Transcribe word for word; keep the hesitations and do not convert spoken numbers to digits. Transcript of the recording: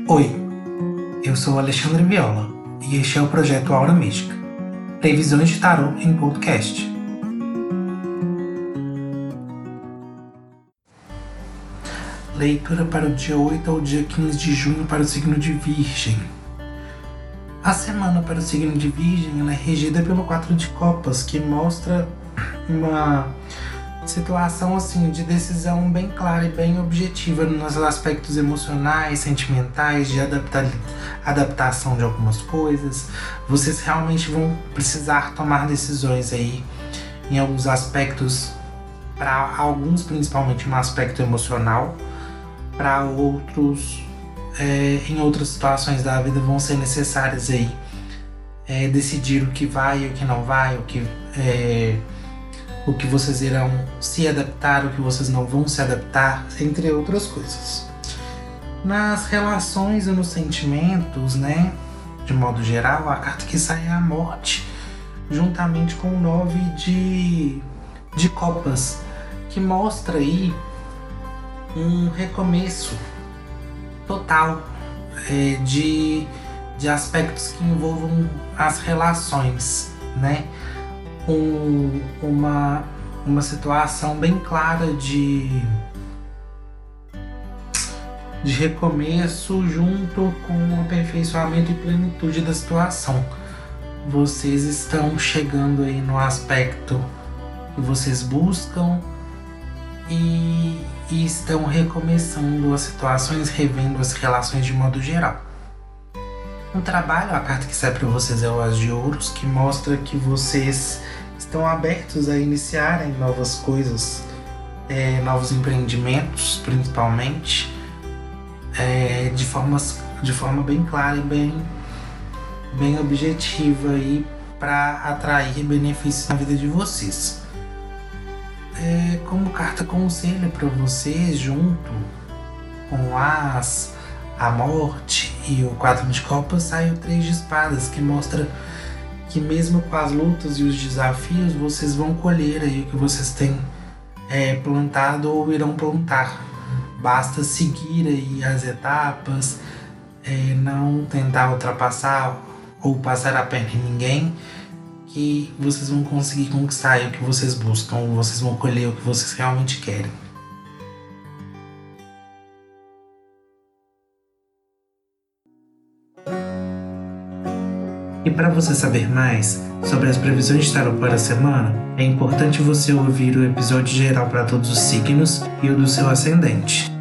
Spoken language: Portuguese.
Oi, eu sou Alexandre Viola e este é o projeto Aura Mística, previsões de tarô em podcast. Leitura para o dia oito ao dia quinze de junho para o signo de Virgem. A semana para o signo de Virgem ela é regida pelo quatro de copas, que mostra uma situação assim de decisão bem clara e bem objetiva nos aspectos emocionais, sentimentais, de adapta- adaptação de algumas coisas. Vocês realmente vão precisar tomar decisões aí em alguns aspectos, para alguns principalmente no aspecto emocional, para outros é, em outras situações da vida vão ser necessárias aí é, decidir o que vai, o que não vai, o que é, o que vocês irão se adaptar, o que vocês não vão se adaptar, entre outras coisas. Nas relações e nos sentimentos, né, de modo geral, a carta que sai é a morte, juntamente com o nove de, de copas, que mostra aí um recomeço total é, de, de aspectos que envolvam as relações, né? Um, uma, uma situação bem clara de, de recomeço junto com o aperfeiçoamento e plenitude da situação. Vocês estão chegando aí no aspecto que vocês buscam e, e estão recomeçando as situações, revendo as relações de modo geral. No trabalho, a carta que sai para vocês é o As de Ouros, que mostra que vocês estão abertos a iniciarem novas coisas, é, novos empreendimentos, principalmente, é, de, formas, de forma bem clara e bem, bem objetiva para atrair benefícios na vida de vocês. É, como carta conselho para vocês, junto com o As, a Morte e o quatro de copas, sai o três de espadas, que mostra que mesmo com as lutas e os desafios, vocês vão colher aí o que vocês têm é, plantado ou irão plantar. Basta seguir aí as etapas, é, não tentar ultrapassar ou passar a perna em ninguém, que vocês vão conseguir conquistar aí o que vocês buscam, vocês vão colher o que vocês realmente querem. E para você saber mais sobre as previsões de tarô para a semana, é importante você ouvir o episódio geral para todos os signos e o do seu ascendente.